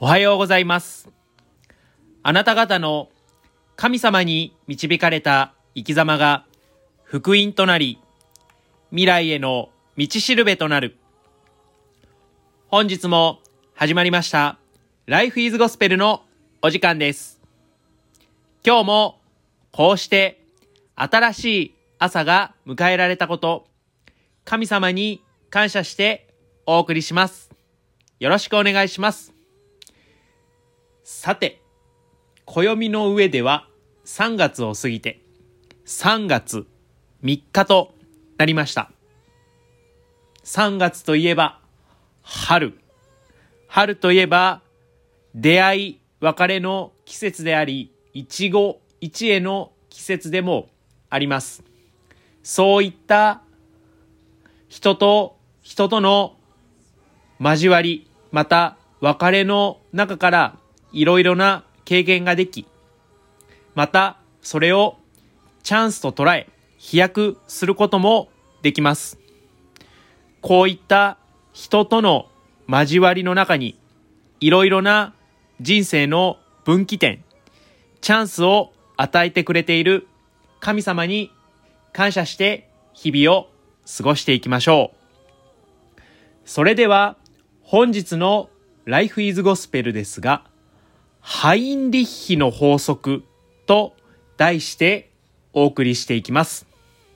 おはようございます。あなた方の神様に導かれた生き様が福音となり、未来への道しるべとなる。本日も始まりましたLife is Gospelのお時間です。今日もこうして新しい朝が迎えられたこと、神様に感謝してお送りします。よろしくお願いします。さて、暦の上では3月を過ぎて3月3日となりました。3月といえば春。春といえば出会い、別れの季節であり、一期一会の季節でもあります。そういった人と人との交わり、また別れの中からいろいろな経験ができ、またそれをチャンスと捉え飛躍することもできます。こういった人との交わりの中にいろいろな人生の分岐点、チャンスを与えてくれている神様に感謝して日々を過ごしていきましょう。それでは本日の Life is Gospel ですが、ハインリッヒの法則と題してお送りしていきます。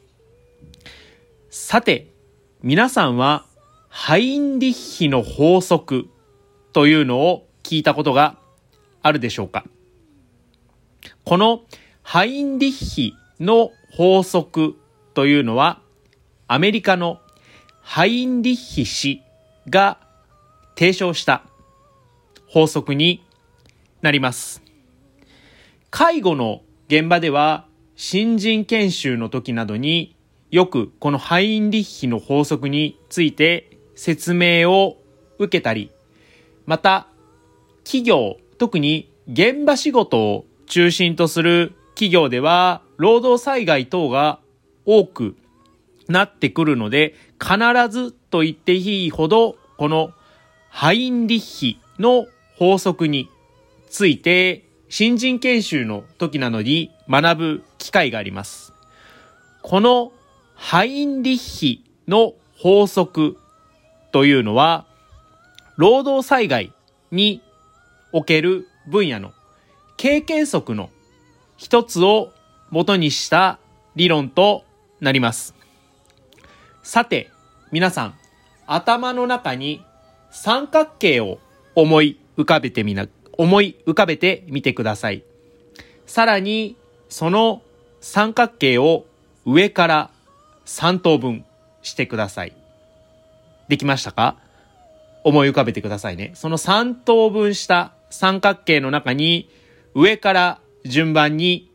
さて、皆さんはハインリッヒの法則というのを聞いたことがあるでしょうか？このハインリッヒの法則というのはアメリカのハインリッヒ氏が提唱した法則になります。介護の現場では新人研修の時などによくこのハインリッヒの法則について説明を受けたり、また企業、特に現場仕事を中心とする企業では労働災害等が多くなってくるので、必ずと言っていいほどこのハインリッヒの法則について新人研修の時などに学ぶ機会があります。このハインリッヒの法則というのは労働災害における分野の経験則の一つを元にした理論となります。さて、皆さん頭の中に三角形を思い浮かべてみてください。さらにその三角形を上から3等分してください。できましたか？思い浮かべてくださいね。その3等分した三角形の中に上から順番に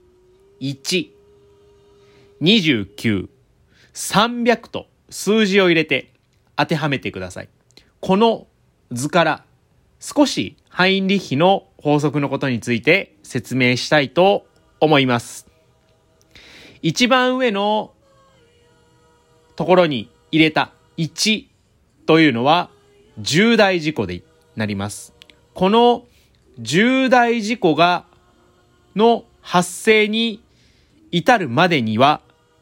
1、29、300と数字を入れて当てはめてください。この図から少しハインリッヒの法則のことについて説明したいと思います。一番上のところに入れた1というのは重大事故でなります。この重大事故の発生に至るまでには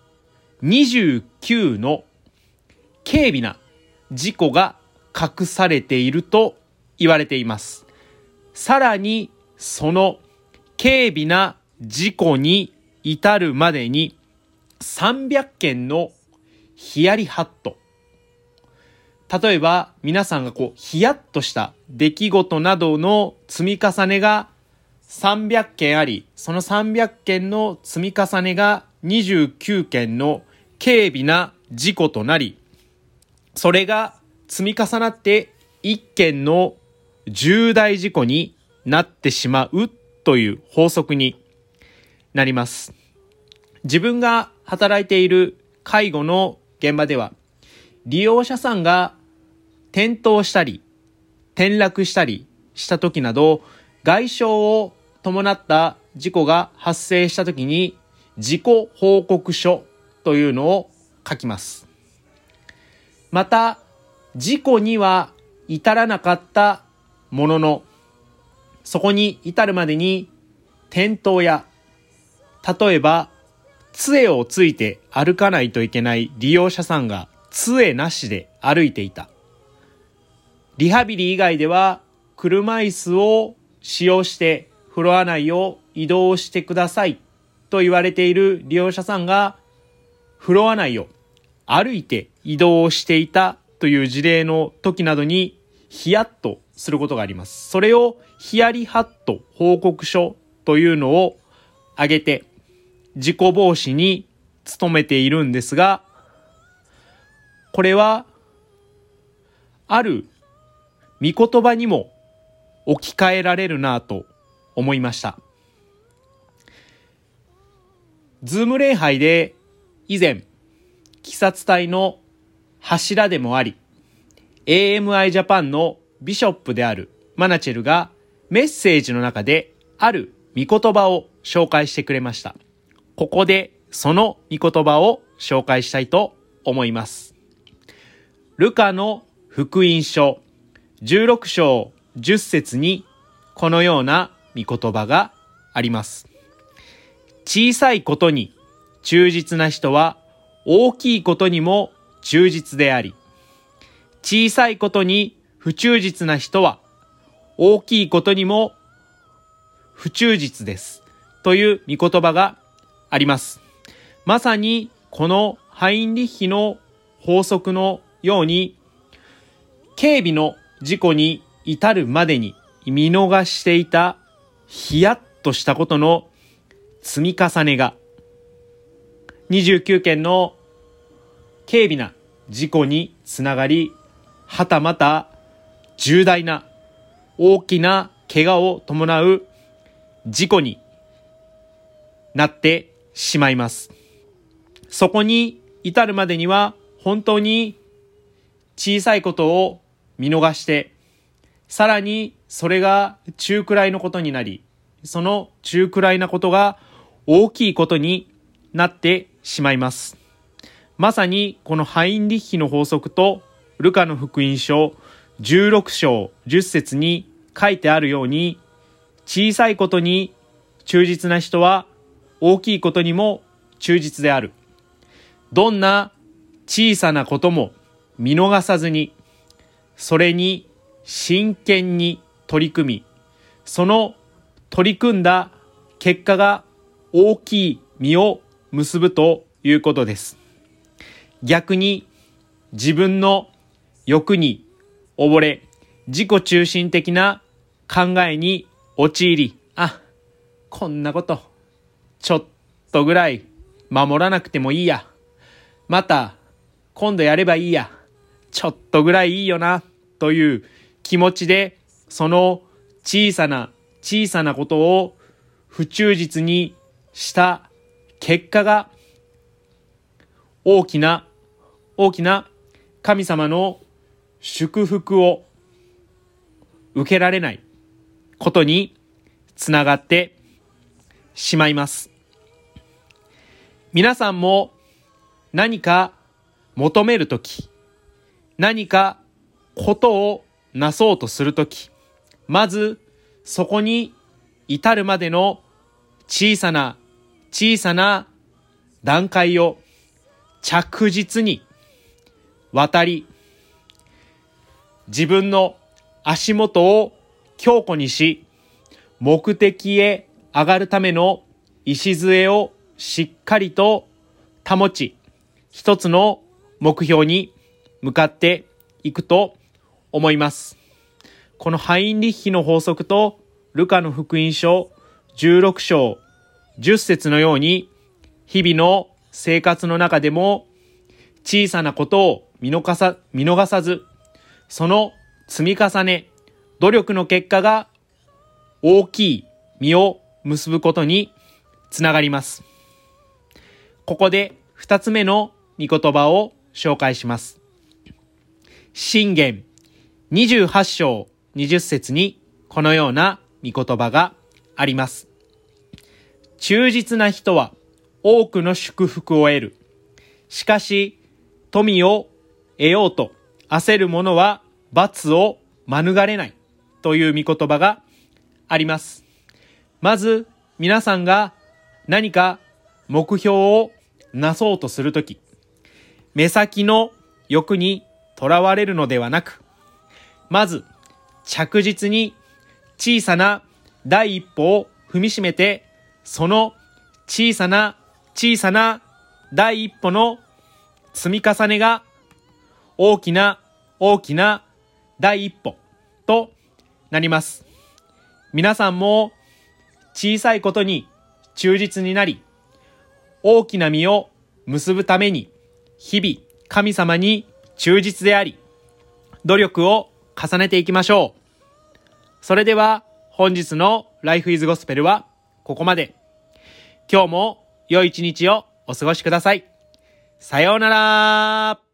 29の軽微な事故が隠されていると言われています。さらにその軽微な事故に至るまでに300件のヒヤリハット。例えば皆さんがヒヤッとした出来事などの積み重ねが300件あり、その300件の積み重ねが29件の軽微な事故となり、それが積み重なって1件の重大事故になってしまうという法則になります。自分が働いている介護の現場では、利用者さんが転倒したり転落したりした時など、外傷を伴った事故が発生した時に事故報告書というのを書きます。また事故には至らなかったものの、 そこに至るまでに転倒や、例えば杖をついて歩かないといけない利用者さんが杖なしで歩いていた。リハビリ以外では車椅子を使用してフロア内を移動してくださいと言われている利用者さんがフロア内を歩いて移動していたという事例の時などにヒヤッとすることがあります。それをヒヤリハット報告書というのを挙げて事故防止に努めているんですが、これはある御言葉にも置き換えられるなと思いました。ズーム礼拝で以前、鬼殺隊の柱でもあり、AMI ジャパンのビショップであるマナチェルがメッセージの中である御言葉を紹介してくれました。ここでその御言葉を紹介したいと思います。ルカの福音書16章10節にこのような御言葉があります。小さいことに忠実な人は大きいことにも忠実であり、小さいことに不忠実な人は大きいことにも不忠実ですという御言葉があります。まさにこのハインリッヒの法則のように、警備の事故に至るまでに見逃していたヒヤッとしたことの積み重ねが29件の軽微な事故につながり、はたまた重大な大きな怪我を伴う事故になってしまいます。そこに至るまでには本当に小さいことを見逃して、さらにそれが中くらいのことになり、その中くらいなことが大きいことになってしまいます。まさにこのハインリッヒの法則とルカの福音書16章10節に書いてあるように、小さいことに忠実な人は大きいことにも忠実である。どんな小さなことも見逃さずに、それに真剣に取り組み、その取り組んだ結果が大きい実を結ぶということです。逆に自分の欲に溺れ、自己中心的な考えに陥り、こんなことちょっとぐらい守らなくてもいいや、また今度やればいいや、ちょっとぐらいいいよなという気持ちで、その小さなことを不忠実にした結果が大きな神様の祝福を受けられないことにつながってしまいます。皆さんも何か求めるとき、何かことをなそうとするとき、まずそこに至るまでの小さな段階を着実に渡り、自分の足元を強固にし、目的へ上がるための礎をしっかりと保ち、一つの目標に向かっていくと思います。このハインリッヒの法則とルカの福音書16章10節のように、日々の生活の中でも小さなことを見逃さず、その積み重ね、努力の結果が大きい実を結ぶことにつながります。ここで2つ目の御言葉を紹介します。箴言28章20節にこのような御言葉があります。忠実な人は多くの祝福を得る。しかし富を得ようと焦る者は罰を免れないという御言葉があります。まず、皆さんが何か目標をなそうとするとき、目先の欲にとらわれるのではなく、まず着実に小さな第一歩を踏みしめて、その小さな第一歩の積み重ねが大きな第一歩となります。皆さんも小さいことに忠実になり、大きな実を結ぶために日々神様に忠実であり、努力を重ねていきましょう。それでは本日の Life is Gospel はここまで。今日も良い一日をお過ごしください。さようなら。